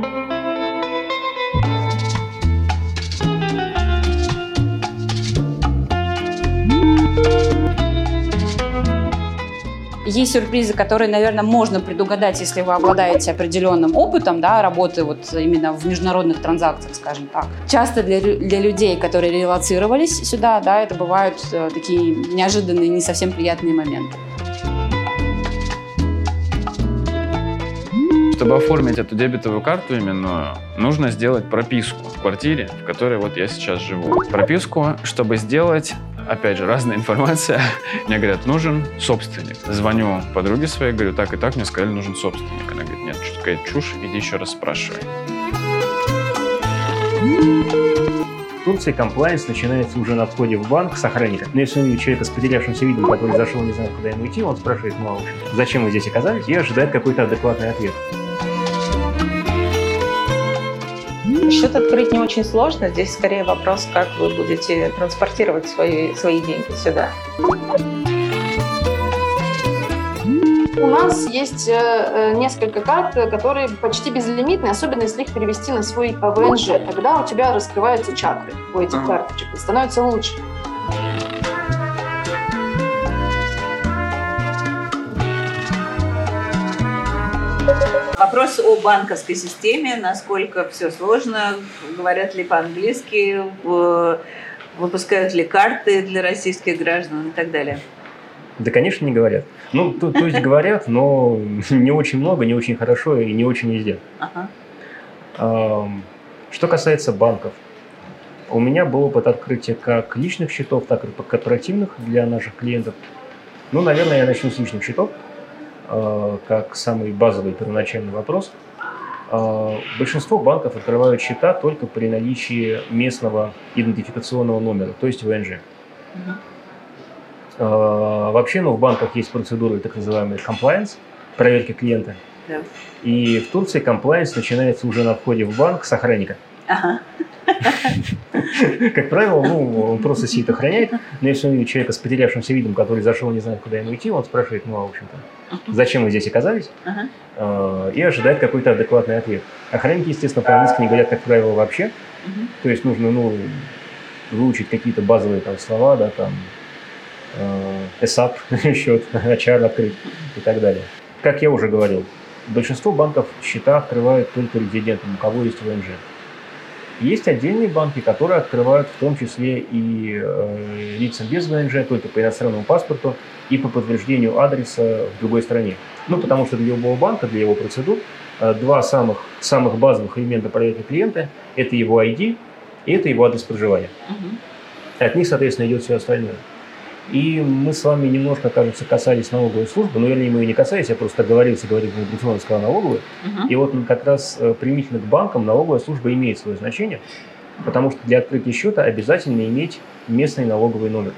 Есть сюрпризы, которые, наверное, можно предугадать, если вы обладаете определенным опытом, да, работы вот именно в международных транзакциях, скажем так. Часто для людей, которые релоцировались сюда, да, это бывают такие неожиданные, не совсем приятные моменты. Чтобы оформить эту дебетовую карту именную, нужно сделать прописку в квартире, в которой вот я сейчас живу. Прописку, чтобы сделать, опять же, разная информация. Мне говорят, нужен собственник. Звоню подруге своей, говорю, так и так, мне сказали, нужен собственник. Она говорит, нет, что-то какая-то чушь, иди еще раз спрашивай. В Турции комплайенс начинается уже на входе в банк с охранника. Но если он видит человека с потерявшимся видом, который зашел, не знает, куда ему идти, он спрашивает, ну, а в общем, зачем вы здесь оказались, и ожидает какой-то адекватный ответ. Счет открыть не очень сложно. Здесь скорее вопрос, как вы будете транспортировать свои деньги сюда. У нас есть несколько карт, которые почти безлимитные, особенно если их перевести на свой ВНЖ. Тогда у тебя раскрываются чакры у этих карточек и становится лучше. Вопрос о банковской системе, насколько все сложно, говорят ли по-английски, выпускают ли карты для российских граждан и так далее. Да, конечно, не говорят. Ну, то есть говорят, но не очень много, не очень хорошо и не очень везде. Ага. Что касается банков, у меня был опыт открытия как личных счетов, так и корпоративных для наших клиентов. Ну, наверное, я начну с личных счетов, как самый базовый первоначальный вопрос. Большинство банков открывают счета только при наличии местного идентификационного номера, то есть ВНЖ. Вообще, в банках есть процедуры так называемой compliance, проверки клиента. Да. И в Турции compliance начинается уже на входе в банк с охранника. Ага. Как правило, он просто сидит, охраняет. Но если он видит человека с потерявшимся видом, который зашел, не знает, куда ему идти, он спрашивает, ну, а в общем-то, зачем вы здесь оказались? И ожидает какой-то адекватный ответ. Охранники, естественно, по-английски не говорят, как правило, вообще. То есть нужно, выучить какие-то базовые там слова, да, там, ESAP, счет, HR открыть и так далее. Как я уже говорил, большинство банков счета открывают только резидентам, у кого есть ВНЖ. Есть отдельные банки, которые открывают в том числе и лицам без ВНЖ, только по иностранному паспорту и по подтверждению адреса в другой стране. Потому что для любого банка, для его процедур, два самых базовых элемента проверки клиента – это его ID и это его адрес проживания. От них, соответственно, идет все остальное. И мы с вами немножко, кажется, касались налоговой службы, но вернее мы ее не касались, я просто говорил миграционно, сказал налоговую. И вот как раз применительно к банкам налоговая служба имеет свое значение, потому что для открытия счета обязательно иметь местный налоговый номер.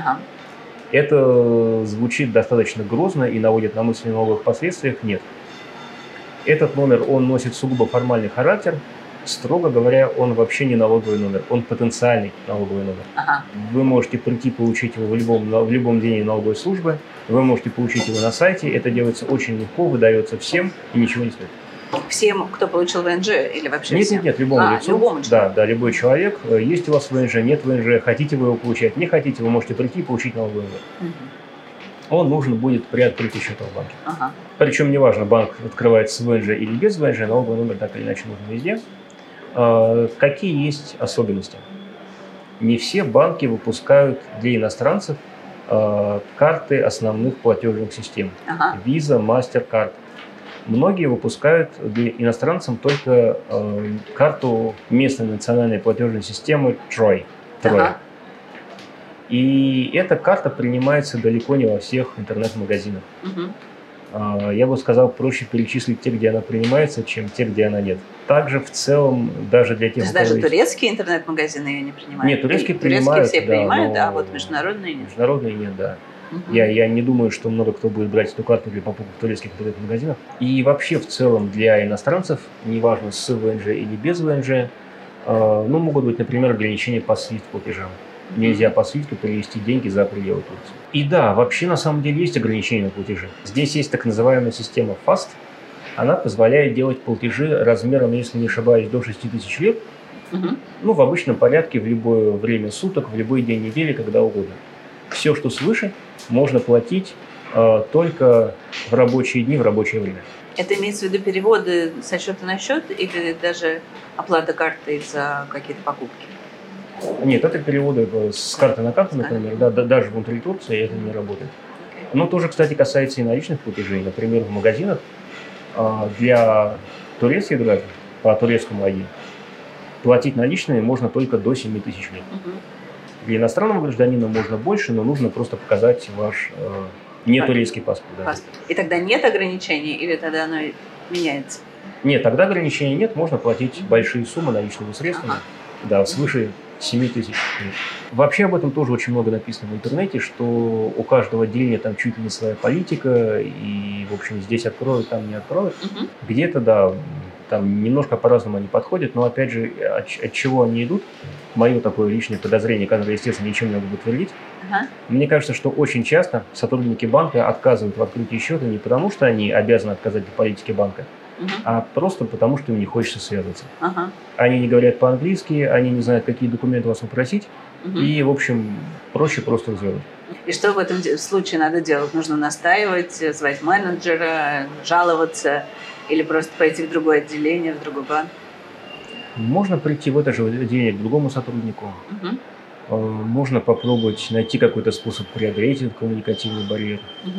Это звучит достаточно грозно и наводит на мысли о налоговых последствиях. Нет. Этот номер, он носит сугубо формальный характер. Строго говоря, он вообще не налоговый номер, он потенциальный налоговый номер. Вы можете прийти получить его в любом отделении налоговой службы, вы можете получить его на сайте, это делается очень легко, выдается всем и ничего не стоит. Всем, кто получил ВНЖ или вообще всем? Нет, любому лицу. Любому человеку. Да, любой человек. Есть у вас ВНЖ, нет ВНЖ, хотите вы его получать, не хотите, вы можете прийти и получить налоговый номер. Он нужен будет при открытии счета в банке. Причем неважно, банк открывает с ВНЖ или без ВНЖ, налоговый номер так или иначе нужен везде. Какие есть особенности? Не все банки выпускают для иностранцев карты основных платежных систем. Visa, MasterCard. Многие выпускают для иностранцев только карту местной национальной платежной системы TROY. И эта карта принимается далеко не во всех интернет-магазинах. Я бы сказал, проще перечислить те, где она принимается, чем те, где она нет. Также в целом, даже для тех, то есть даже турецкие интернет-магазины ее не принимают? Нет, турецкие принимают, все принимают, а вот международные нет? Международные нет, да. Я не думаю, что много кто будет брать эту карту для покупки в турецких интернет-магазинах. И вообще в целом для иностранцев, неважно с ВНЖ или без ВНЖ, могут быть, например, ограничения по SWIFT платежам. Нельзя по SWIFT перевести деньги за пределы Турции. И да, вообще на самом деле есть ограничения на платежи. Здесь есть так называемая система FAST, она позволяет делать платежи размером, если не ошибаюсь, до 6000 лет, ну, в обычном порядке, в любое время суток, в любой день недели, когда угодно. Все, что свыше, можно платить только в рабочие дни, в рабочее время. Это имеется в виду переводы со счета на счет или даже оплата картой за какие-то покупки? Нет, это переводы с карты на карту, например, да, даже внутри Турции это не работает. Но тоже, кстати, касается и наличных платежей. Например, в магазинах для турецких граждан по турецкому ID платить наличными можно только до 7000 лет. Для иностранного гражданина можно больше, но нужно просто показать ваш не турецкий паспорт. Да. И тогда нет ограничений или тогда оно меняется? Нет, тогда ограничений нет, можно платить большие суммы наличными средствами, да, свыше 7000. Вообще об этом тоже очень много написано в интернете, что у каждого отделения там чуть ли не своя политика, и, в общем, здесь откроют, там не откроют. Где-то, да, там немножко по-разному они подходят, но, опять же, от чего они идут, мое такое личное подозрение, которое, естественно, ничем не могу подтвердить, мне кажется, что очень часто сотрудники банка отказывают в открытии счета не потому, что они обязаны отказать по политике банка, а просто потому, что им не хочется связываться. Они не говорят по-английски, они не знают, какие документы вас попросить, и, в общем, проще просто сделать. И что в этом случае надо делать? Нужно настаивать, звать менеджера, жаловаться или просто пойти в другое отделение, в другой банк? Можно прийти в это же отделение к другому сотруднику. Можно попробовать найти какой-то способ преодолеть этот коммуникативный барьер.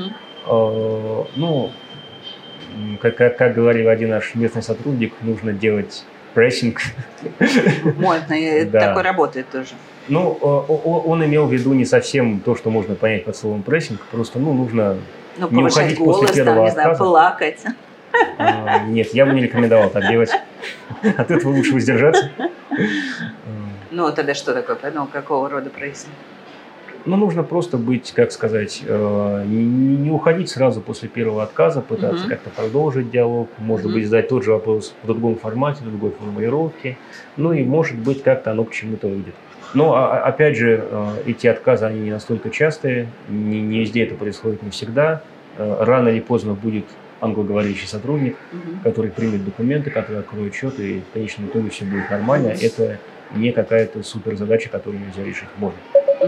Ну, как говорил один наш местный сотрудник, нужно делать прессинг. Модно, такой работает тоже. Ну, он имел в виду не совсем то, что можно понять под словом прессинг, просто нужно не уходить голос, после первого там, не отказа. знаю, плакать. Нет, я бы не рекомендовал так делать. От этого лучше воздержаться. Ну, тогда что такое? Ну, какого рода прессинг? Ну, нужно просто быть, как сказать, не уходить сразу после первого отказа, пытаться как-то продолжить диалог, может быть, задать тот же вопрос в другом формате, в другой формулировке, ну и, может быть, как-то оно к чему-то выйдет. Но, опять же, эти отказы, они не настолько частые, не везде это происходит, не всегда. Рано или поздно будет англоговорящий сотрудник, который примет документы, который откроет счет, и в конечном итоге все будет нормально. Это не какая-то суперзадача, которую нельзя решить. Можно.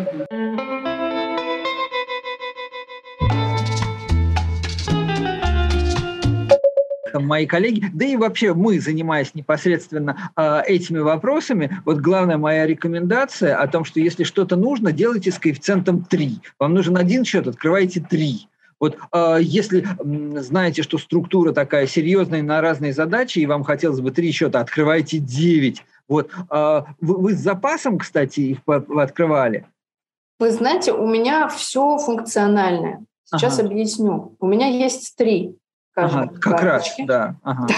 Мои коллеги, да и вообще мы, занимаясь непосредственно этими вопросами, вот главная моя рекомендация о том, что если что-то нужно, делайте с коэффициентом 3. Вам нужен один счет, открывайте 3. Вот если знаете, что структура такая серьезная на разные задачи, и вам хотелось бы 3 счета, открывайте 9. Вот. Вы с запасом, кстати, их открывали? Вы знаете, у меня все функциональное. Сейчас объясню. У меня есть 3. Как раз, да.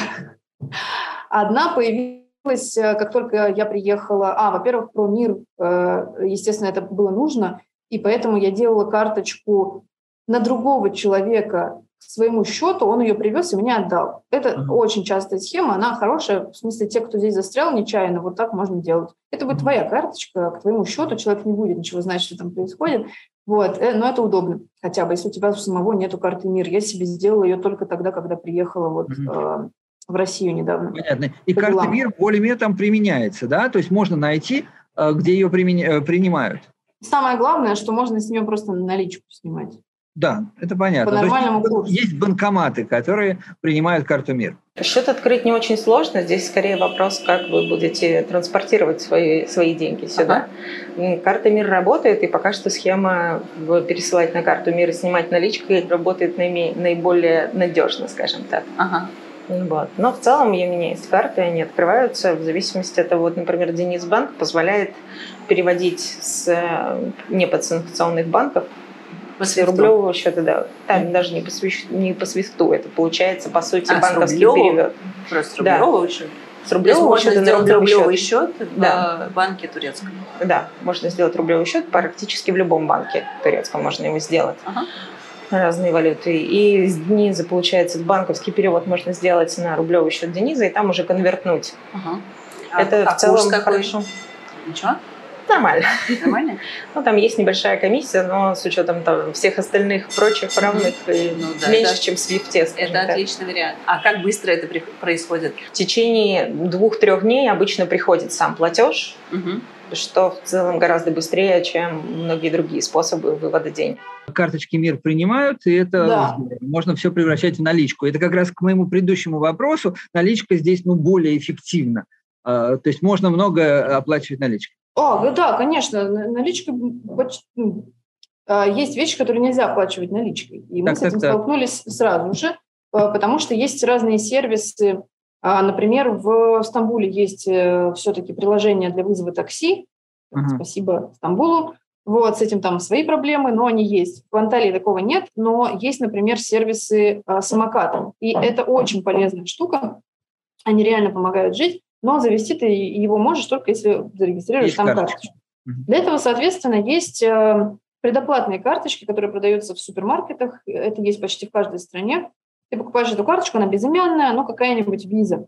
Одна появилась, как только я приехала. Во-первых, про МИР, естественно, это было нужно, и поэтому я делала карточку на другого человека к своему счету, он ее привез и мне отдал. Это очень частая схема, она хорошая, в смысле, те, кто здесь застрял нечаянно, вот так можно делать. Это будет твоя карточка к твоему счету, человек не будет ничего знать, что там происходит. Вот. Но это удобно, хотя бы, если у тебя самого нету карты МИР. Я себе сделала ее только тогда, когда приехала в Россию недавно. Понятно. И карта МИР более-менее там применяется, да? То есть можно найти, где ее принимают. Самое главное, что можно с нее просто наличку снимать. Да, это понятно. По нормальному курсу. Есть банкоматы, которые принимают карту МИР. Счет открыть не очень сложно. Здесь скорее вопрос, как вы будете транспортировать свои деньги сюда. Карта МИР работает, и пока что схема пересылать на карту МИР и снимать наличкой работает наиболее надежно, скажем так. Вот. Но в целом у меня есть карты, они открываются в зависимости от того, вот, например, Денисбанк позволяет переводить с неподсанкционных банков после рублевого счета, да. Там даже не по свифту, это получается, по сути, банковский перевод. Просто с рублевого счета? С рублевого счета на рублевый счет в банке турецком. Да, можно сделать рублевый счет практически в любом банке турецком, можно его сделать. Разные валюты. И с Дениза, получается, банковский перевод можно сделать на рублевый счет Дениза и там уже конвертнуть. Это в целом хорошо. Ничего? Нормально. Нормально? Ну, там есть небольшая комиссия, но с учетом там всех остальных прочих равных меньше, чем в Свифте, скажем Это так. отличный вариант. А как быстро это происходит? В течение 2-3 дней обычно приходит сам платеж, что в целом гораздо быстрее, чем многие другие способы вывода денег. Карточки МИР принимают, и это здорово. Можно все превращать в наличку. Это как раз к моему предыдущему вопросу. Наличка здесь более эффективна. То есть можно много оплачивать наличкой. Да, конечно. Наличка есть вещи, которые нельзя оплачивать наличкой. И мы с этим столкнулись сразу же, потому что есть разные сервисы. Например, в Стамбуле есть все-таки приложение для вызова такси. Спасибо Стамбулу. Вот, с этим там свои проблемы, но они есть. В Анталии такого нет, но есть, например, сервисы самокатом. И это очень полезная штука. Они реально помогают жить, но завести ты его можешь только если зарегистрируешь там карточку. Для этого, соответственно, есть предоплатные карточки, которые продаются в супермаркетах. Это есть почти в каждой стране. Ты покупаешь эту карточку, она безымянная, но какая-нибудь виза.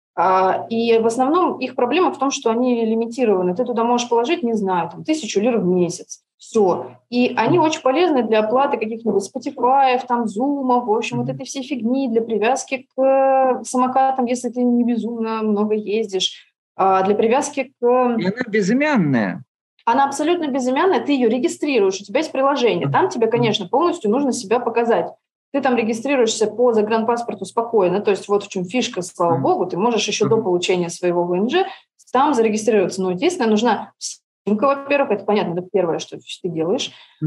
И в основном их проблема в том, что они лимитированы. Ты туда можешь положить, не знаю, 1000 лир в месяц. Все. И они очень полезны для оплаты каких-нибудь Spotify, там, Zoom, в общем, вот этой всей фигни, для привязки к самокатам, если ты не безумно много ездишь, для привязки к... И она безымянная. Она абсолютно безымянная, ты ее регистрируешь, у тебя есть приложение. Там тебе, конечно, полностью нужно себя показать. Ты там регистрируешься по загранпаспорту спокойно, то есть вот в чем фишка, слава богу, ты можешь еще до получения своего ВНЖ там зарегистрироваться. Но единственное, нужна симка, во-первых, это понятно, это первое, что ты делаешь,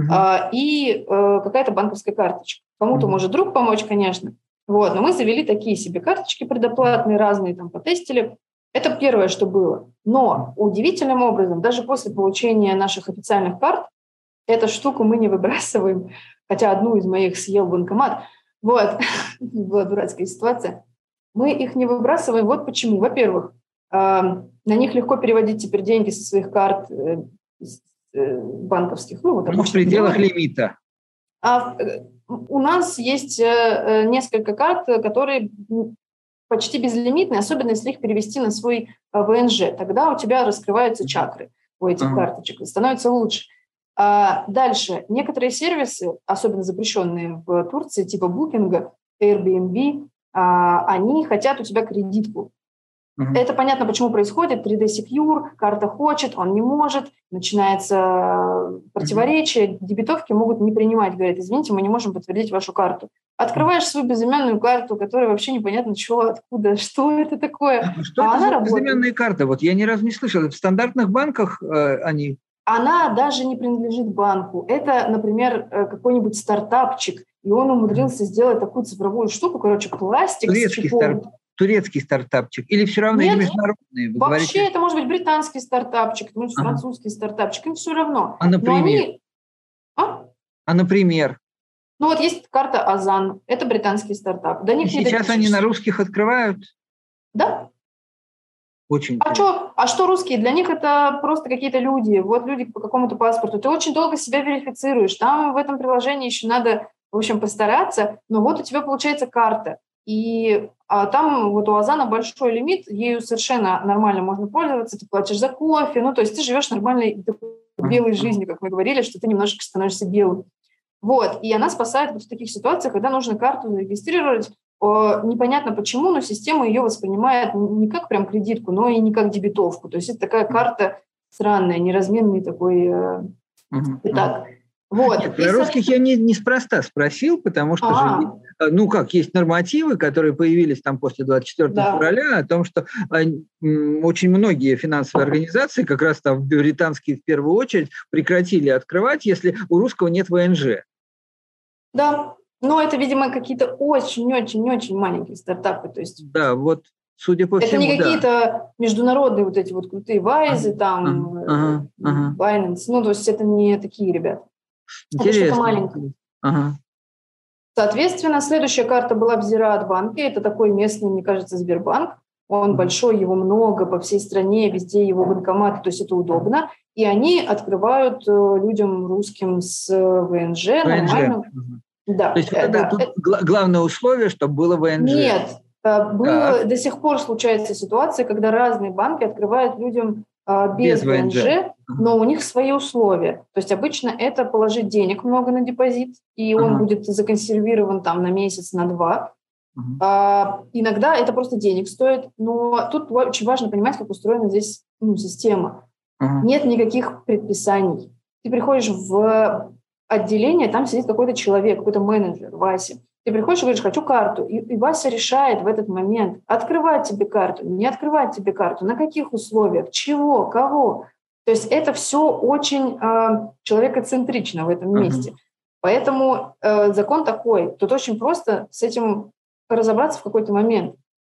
и какая-то банковская карточка. Кому-то может друг помочь, конечно. Вот, но мы завели такие себе карточки предоплатные, разные там потестили. Это первое, что было. Но удивительным образом, даже после получения наших официальных карт, эту штуку мы не выбрасываем, хотя одну из моих съел банкомат. Вот, была дурацкая ситуация. Мы их не выбрасываем. Вот почему. Во-первых, на них легко переводить теперь деньги со своих карт банковских. В пределах лимита. У нас есть несколько карт, которые почти безлимитные, особенно если их перевести на свой ВНЖ. Тогда у тебя раскрываются чакры у этих карточек, и становится лучше. Дальше. Некоторые сервисы, особенно запрещенные в Турции, типа Booking, Airbnb, они хотят у тебя кредитку. Это понятно, почему происходит. 3D Secure, карта хочет, он не может. Начинается противоречие. Дебетовки могут не принимать. Говорят, извините, мы не можем подтвердить вашу карту. Открываешь свою безымянную карту, которая вообще непонятно чего, откуда, что это такое. Что это за безымянные карты? Вот я ни разу не слышал. В стандартных банках они... Она даже не принадлежит банку. Это, например, какой-нибудь стартапчик, и он умудрился сделать такую цифровую штуку, пластик с чипом. Турецкий стартапчик? Или все равно или международные? Вообще это может быть британский стартапчик, может французский стартапчик, им все равно. А например? Есть карта Озан, это британский стартап. До них сейчас они на русских открывают? Да. Очень. Что русские? Для них это просто какие-то люди. Вот люди по какому-то паспорту. Ты очень долго себя верифицируешь. Там в этом приложении еще надо, в общем, постараться. Но вот у тебя получается карта. И там вот у Озана большой лимит. Ею совершенно нормально можно пользоваться. Ты платишь за кофе. То есть ты живешь нормальной белой жизнью, как мы говорили, что ты немножко становишься белым. Вот. И она спасает вот в таких ситуациях, когда нужно карту зарегистрировать. Непонятно почему, но система ее воспринимает не как прям кредитку, но и не как дебетовку. То есть это такая карта странная, неразменный такой пятак. Вот. Про русских я неспроста спросил, потому что есть нормативы, которые появились там после 24 февраля, о том, что очень многие финансовые организации, как раз там британские в первую очередь, прекратили открывать, если у русского нет ВНЖ. Да. Но это, видимо, какие-то очень-очень-очень маленькие стартапы. То есть да, вот, судя по всему, это не какие-то международные вот эти вот крутые Вайзы, там, Binance. То есть это не такие ребята. Интересно. Это что-то маленькое. Соответственно, следующая карта была в Зираат-банке. Это такой местный, мне кажется, Сбербанк. Он большой, его много по всей стране, везде его банкоматы, то есть это удобно. И они открывают людям русским с ВНЖ нормально. Да, то есть главное условие, чтобы было ВНЖ? Нет, до сих пор случается ситуация, когда разные банки открывают людям Без без ВНЖ. ВНЖ, но у них свои условия. То есть обычно это положить денег много на депозит, и он будет законсервирован там на месяц, на 2. Иногда это просто денег стоит, но тут очень важно понимать, как устроена здесь система. Нет никаких предписаний. Ты приходишь в отделение, там сидит какой-то человек, какой-то менеджер, Вася. Ты приходишь и говоришь, хочу карту. И Вася решает в этот момент, открывать тебе карту, не открывать тебе карту, на каких условиях, чего, кого. То есть это все очень человекоцентрично в этом месте. Поэтому закон такой. Тут очень просто с этим разобраться в какой-то момент.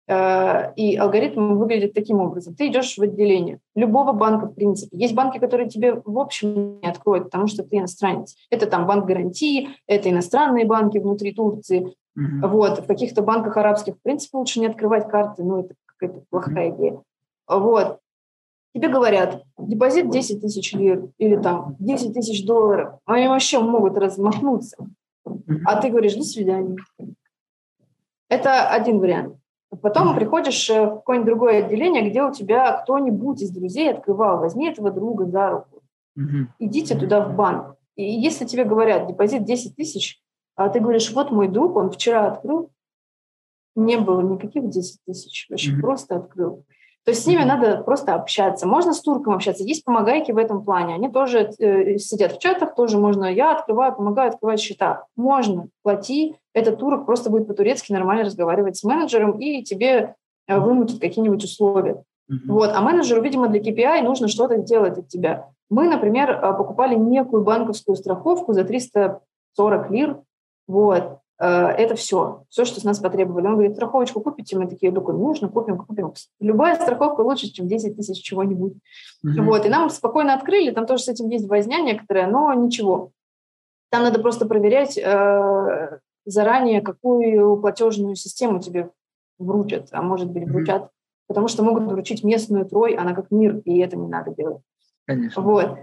И алгоритм выглядит таким образом. Ты идешь в отделение любого банка, в принципе. Есть банки, которые тебе в общем не откроют, потому что ты иностранец. Это там банк гарантии, это иностранные банки внутри Турции. Вот. В каких-то банках арабских, в принципе, лучше не открывать карты, это какая-то плохая идея. Вот. Тебе говорят, депозит 10 тысяч лир или там 10 тысяч долларов. Они вообще могут размахнуться. А ты говоришь, до свидания. Это один вариант. Потом приходишь в какое-нибудь другое отделение, где у тебя кто-нибудь из друзей открывал. Возьми этого друга за руку. Идите туда в банк. И если тебе говорят, депозит 10 тысяч, а ты говоришь, вот мой друг, он вчера открыл, не было никаких 10 тысяч, вообще просто открыл. То есть с ними надо просто общаться. Можно с турком общаться. Есть помогайки в этом плане. Они тоже сидят в чатах, тоже можно. Я открываю, помогаю открывать счета. Можно. Плати. Этот турок просто будет по-турецки нормально разговаривать с менеджером и тебе вымутит какие-нибудь условия. Вот. А менеджеру, видимо, для KPI нужно что-то делать от тебя. Мы, например, покупали некую банковскую страховку за 340 лир. Вот. Это все, что с нас потребовали. Он говорит, страховочку купите? Мы такие, нужно, купим. Любая страховка лучше, чем 10 тысяч чего-нибудь. Вот. И нам спокойно открыли, там тоже с этим есть возня некоторая, но ничего. Там надо просто проверять заранее, какую платежную систему тебе вручат, а может быть вручат, потому что могут вручить местную Трой, она как МИР, и это не надо делать. Конечно. Вот.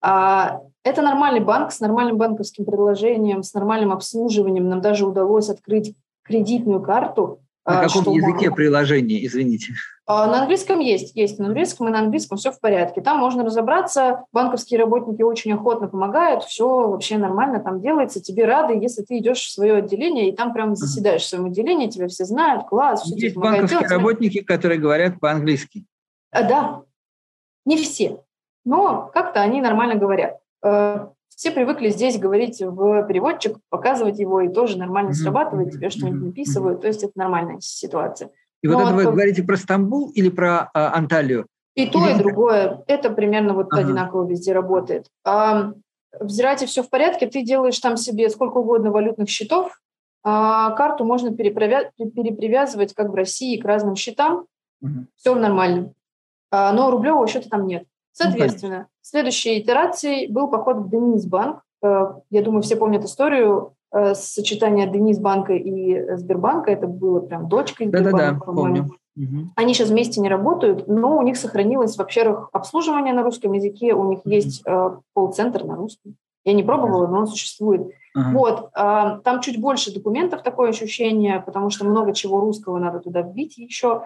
Это нормальный банк с нормальным банковским предложением, с нормальным обслуживанием. Нам даже удалось открыть кредитную карту. На каком языке приложение, извините? На английском есть на английском, и на английском все в порядке. Там можно разобраться, банковские работники очень охотно помогают, все вообще нормально там делается, тебе рады, если ты идешь в свое отделение, и там прям заседаешь в своем отделении, тебя все знают, класс, все есть банковские работники, которые говорят по-английски. Да, не все, но как-то они нормально говорят. Все привыкли здесь говорить в переводчик, показывать его, и тоже нормально срабатывает, тебе что-нибудь написывают, то есть это нормальная ситуация. И вот это вы говорите про Стамбул или про Анталию? И то, и другое. Это примерно одинаково везде работает. В Зирате все в порядке, ты делаешь там себе сколько угодно валютных счетов, карту можно перепривязывать, как в России, к разным счетам, все нормально. Но рублевого счета там нет. Соответственно, следующей итерацией был поход в Денизбанк. Я думаю, все помнят историю сочетания Денизбанка и Сбербанка. Это было прям дочкой Сбербанка, по-моему. Они сейчас вместе не работают, но у них сохранилось, во-первых, обслуживание на русском языке, у них есть колл-центр на русском. Я не пробовала, но он существует. Вот, там чуть больше документов, такое ощущение, потому что много чего русского надо туда вбить еще.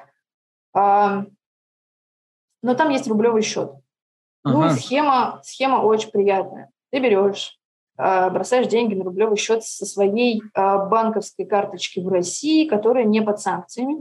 Но там есть рублевый счет. Схема очень приятная. Ты берешь, бросаешь деньги на рублевый счет со своей банковской карточки в России, которая не под санкциями.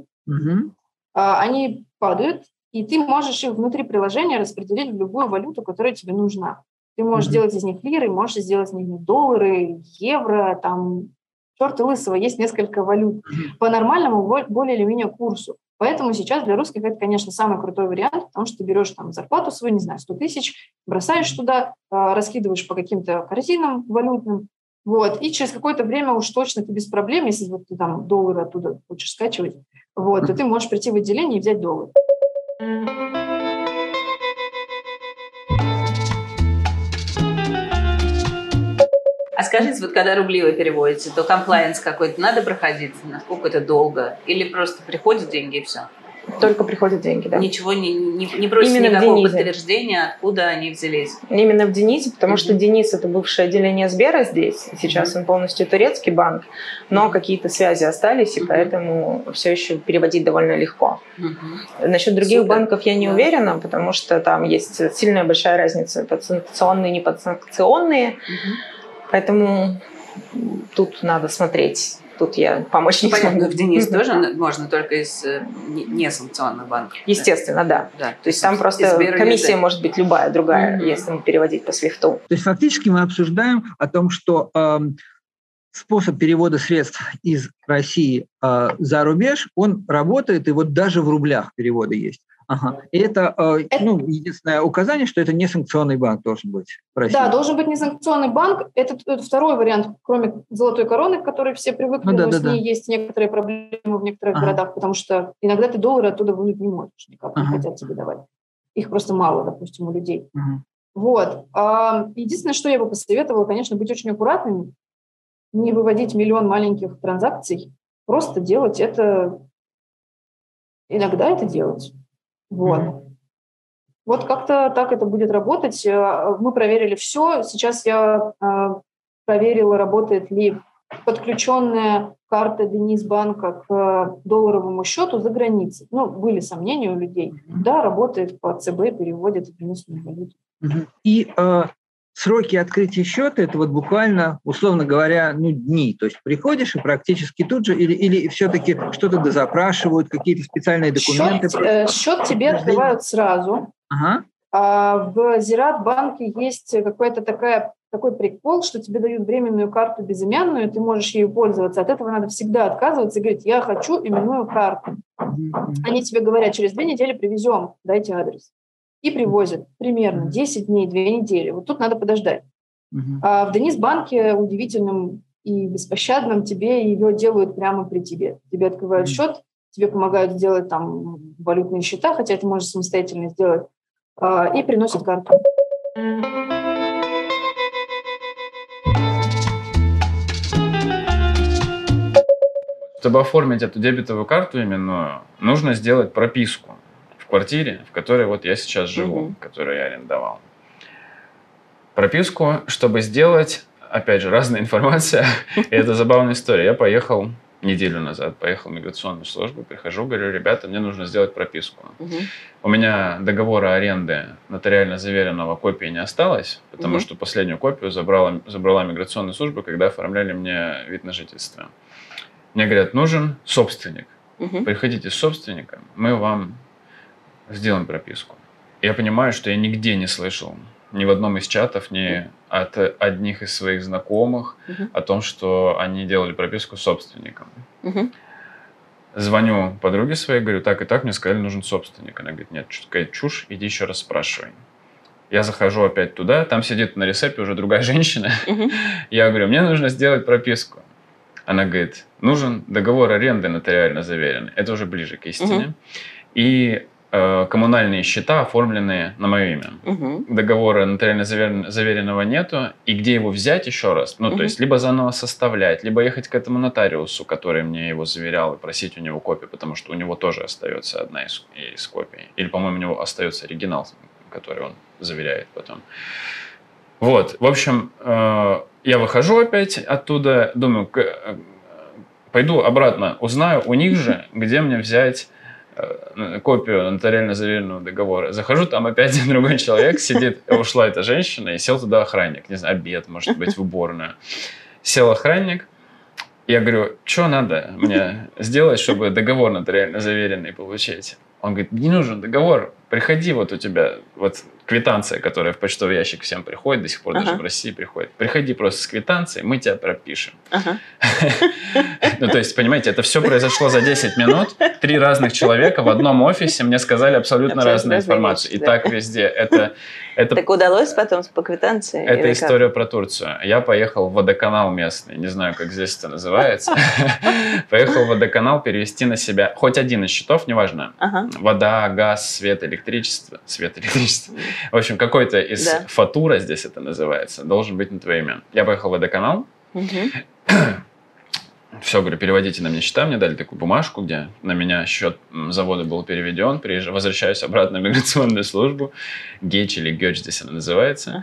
Они падают, и ты можешь их внутри приложения распределить в любую валюту, которая тебе нужна. Ты можешь сделать из них лиры, можешь сделать из них доллары, евро, там, черта лысого, есть несколько валют по нормальному, более или менее курсу. Поэтому сейчас для русских это, конечно, самый крутой вариант, потому что ты берешь там зарплату свою, не знаю, 100 тысяч, бросаешь туда, раскидываешь по каким-то корзинам валютным, вот, и через какое-то время уж точно ты без проблем, если вот ты там доллары оттуда хочешь скачивать, вот, то ты можешь прийти в отделение и взять доллар. А скажите, вот когда рубли вы переводите, то комплаенс какой-то надо проходить? Насколько это долго? Или просто приходят деньги и все? Только приходят деньги, да. Ничего не просит Именно никакого подтверждения, откуда они взялись. Именно в Денисе, потому что Денис – это бывшее отделение Сбера здесь. Сейчас он полностью турецкий банк, но какие-то связи остались, и поэтому все еще переводить довольно легко. Насчет других банков я не уверена, потому что там есть сильная большая разница подсанкционные и неподсанкционные. Поэтому тут надо смотреть. Тут я помочь не смогу. В Денис тоже можно только из несанкционных банков? Естественно, да. То есть там просто комиссия может быть любая, другая, если мы переводить по свифту. То есть фактически мы обсуждаем о том, что способ перевода средств из России за рубеж, он работает, и вот даже в рублях переводы есть. Ага. И это единственное указание, что это не санкционный банк должен быть в России. Да, должен быть несанкционный банк. Это второй вариант, кроме золотой короны, к которой все привыкли, но с ней есть некоторые проблемы в некоторых городах, потому что иногда ты доллары оттуда вынуть не можешь, никак не хотят тебе давать. Их просто мало, допустим, у людей. Вот. Единственное, что я бы посоветовала, конечно, быть очень аккуратными, не выводить миллион маленьких транзакций, просто делать это, иногда это делать. Вот. Вот как-то так это будет работать. Мы проверили все. Сейчас я проверила, работает ли подключенная карта Денисбанка к долларовому счету за границей. Были сомнения у людей. Да, работает по ЦБ, переводит в денежную валюту. И сроки открытия счета – это вот буквально, условно говоря, дни. То есть приходишь и практически тут же, или все-таки что-то дозапрашивают, какие-то специальные документы? Счет тебе открывают сразу. А в Зиратбанке есть какой-то такой прикол, что тебе дают временную карту безымянную, ты можешь ею пользоваться. От этого надо всегда отказываться и говорить: я хочу именную карту. Они тебе говорят: через 2 недели привезем, дайте адрес. И привозят примерно 10 дней, 2 недели. Вот тут надо подождать. А в Денисбанке удивительным и беспощадным тебе ее делают прямо при тебе. Тебе открывают счет, тебе помогают сделать там валютные счета, хотя ты можешь самостоятельно сделать, и приносят карту. Чтобы оформить эту дебетовую карту именную, нужно сделать прописку в квартире, в которой вот я сейчас живу, которую я арендовал. Прописку, чтобы сделать, опять же, разная информация. И это забавная история. Я поехал неделю назад, поехал в миграционную службу, прихожу, говорю: ребята, мне нужно сделать прописку. У меня договора аренды нотариально заверенного копии не осталось, потому что последнюю копию забрала миграционная служба, когда оформляли мне вид на жительство. Мне говорят: нужен собственник. Приходите с собственником, мы вам сделаем прописку. Я понимаю, что я нигде не слышал, ни в одном из чатов, ни от одних из своих знакомых о том, что они делали прописку с собственником. Звоню подруге своей, говорю: так и так, мне сказали, нужен собственник. Она говорит: нет, что такая чушь, иди еще раз спрашивай. Я захожу опять туда, там сидит на ресепе уже другая женщина. Я говорю: мне нужно сделать прописку. Она говорит: нужен договор аренды нотариально заверенный. Это уже ближе к истине. И коммунальные счета оформленные на мое имя. Договора нотариально заверенного нету. И где его взять еще раз? То есть либо заново составлять, либо ехать к этому нотариусу, который мне его заверял, и просить у него копию, потому что у него тоже остается одна из копий. Или, по-моему, у него остается оригинал, который он заверяет потом. Вот. В общем, я выхожу опять оттуда, думаю, пойду обратно, узнаю у них же, где мне взять копию нотариально заверенного договора. Захожу, там опять другой человек сидит, ушла эта женщина, и сел туда охранник. Не знаю, обед, может быть, в уборную. Сел охранник, я говорю: что надо мне сделать, чтобы договор нотариально заверенный получить? Он говорит: не нужен договор, приходи, вот у тебя вот квитанция, которая в почтовый ящик всем приходит, до сих пор даже в России приходит. Приходи просто с квитанцией, мы тебя пропишем. То есть, понимаете, это все произошло за 10 минут. 3 разных человека в одном офисе мне сказали абсолютно разную информацию. И так везде. Так удалось потом по квитанции? Это история про Турцию. Я поехал в водоканал местный, не знаю, как здесь это называется. Поехал в водоканал перевести на себя хоть один из счетов, неважно. Вода, газ, свет, электричество. В общем, какой-то из фатура, здесь это называется, должен быть на твое имя. Я поехал в водоканал. Все, говорю, переводите на меня счета. Мне дали такую бумажку, где на меня счет завода был переведен. Возвращаюсь обратно в миграционную службу. ГЕЧ или ГЕЧ здесь она называется.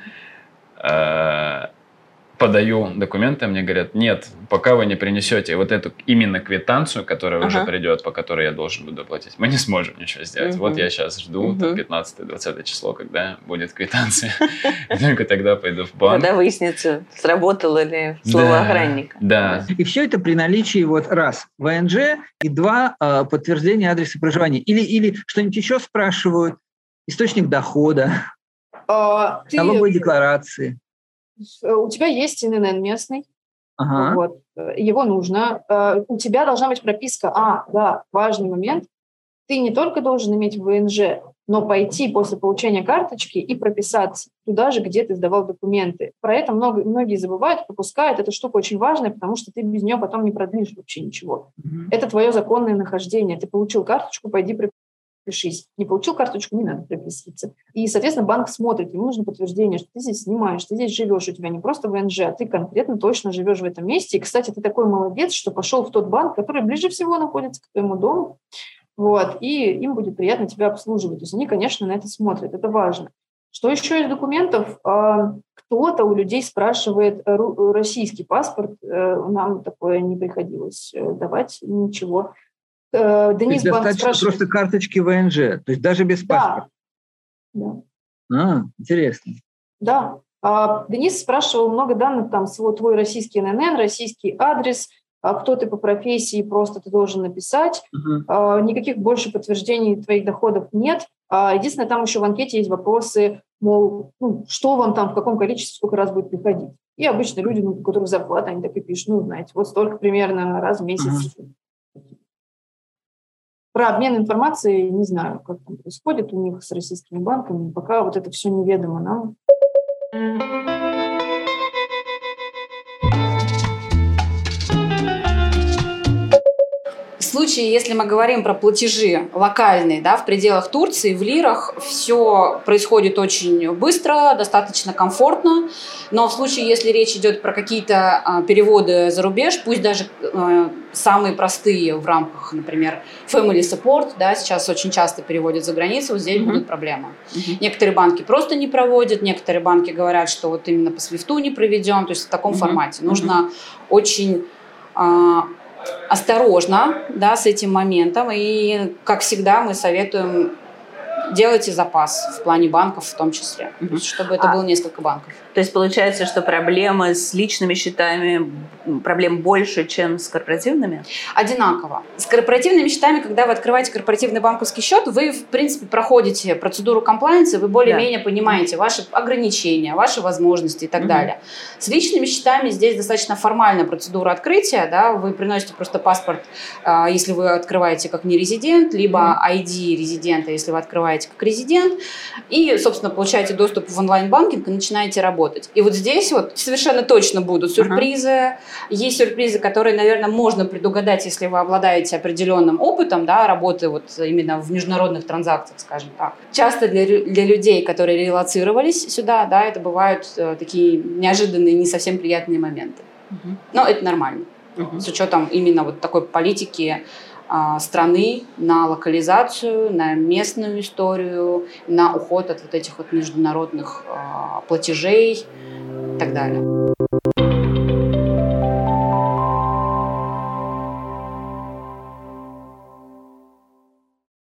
Подаю документы, мне говорят, нет, пока вы не принесете вот эту именно квитанцию, которая уже придет, по которой я должен буду оплатить, мы не сможем ничего сделать. Вот я сейчас жду 15-20 число, когда будет квитанция. Только тогда пойду в банк. Когда выяснится, сработало ли слово охранника. Да. И все это при наличии вот раз ВНЖ и два подтверждения адреса проживания. Или что-нибудь еще спрашивают, источник дохода, налоговой декларации. У тебя есть ИНН местный, Ага. вот, его нужно. У тебя должна быть прописка. Да, важный момент. Ты не только должен иметь ВНЖ, но пойти после получения карточки и прописаться туда же, где ты сдавал документы. Про это многие забывают, пропускают. Эта штука очень важная, потому что ты без нее потом не продлишь вообще ничего. Это твое законное нахождение. Ты получил карточку, пойди пропишись. Не получил карточку, не надо прописываться. И, соответственно, банк смотрит, ему нужно подтверждение, что ты здесь снимаешь, ты здесь живешь, у тебя не просто ВНЖ, а ты конкретно точно живешь в этом месте. И, кстати, ты такой молодец, что пошел в тот банк, который ближе всего находится к твоему дому, вот, и им будет приятно тебя обслуживать. То есть они, конечно, на это смотрят, это важно. Что еще из документов? Кто-то у людей спрашивает российский паспорт, нам такое не приходилось давать, ничего. Денис Банк достаточно спрашивает... просто карточки ВНЖ, то есть даже без паспорта. Да. Интересно. Да. Денис спрашивал много данных, там, твой российский ННН, российский адрес, кто ты по профессии, просто ты должен написать. Никаких больше подтверждений твоих доходов нет. Единственное, там еще в анкете есть вопросы, мол, что вам там, в каком количестве, сколько раз будет приходить. И обычно люди, у которых зарплата, они так и пишут, знаете, вот столько примерно раз в месяц. Про обмен информацией не знаю, как там происходит у них с российскими банками. Пока вот это все неведомо нам. В случае, если мы говорим про платежи локальные, да, в пределах Турции, в лирах, все происходит очень быстро, достаточно комфортно. Но в случае, если речь идет про какие-то переводы за рубеж, пусть даже самые простые в рамках, например, family support, да, сейчас очень часто переводят за границу, вот здесь будут проблемы. Некоторые банки просто не проводят, некоторые банки говорят, что вот именно по свифту не проведем, то есть в таком формате. Нужно очень осторожно, да, с этим моментом. И, как всегда, мы советуем делайте запас в плане банков в том числе, чтобы это было несколько банков. То есть получается, что проблемы с личными счетами, проблем больше, чем с корпоративными? Одинаково. С корпоративными счетами, когда вы открываете корпоративный банковский счет, вы, в принципе, проходите процедуру комплаенса, вы более-менее понимаете ваши ограничения, ваши возможности и так далее. С личными счетами здесь достаточно формальная процедура открытия. Да? Вы приносите просто паспорт, если вы открываете как нерезидент, либо ID резидента, если вы открываете как резидент, и, собственно, получаете доступ в онлайн-банкинг и начинаете работать. И вот здесь вот совершенно точно будут сюрпризы. Есть сюрпризы, которые, наверное, можно предугадать, если вы обладаете определенным опытом, да, работы вот именно в международных транзакциях, скажем так. Часто для людей, которые релоцировались сюда, да, это бывают такие неожиданные, не совсем приятные моменты. Но это нормально. С учетом именно вот такой политики страны на локализацию, на местную историю, на уход от вот этих вот международных платежей и так далее.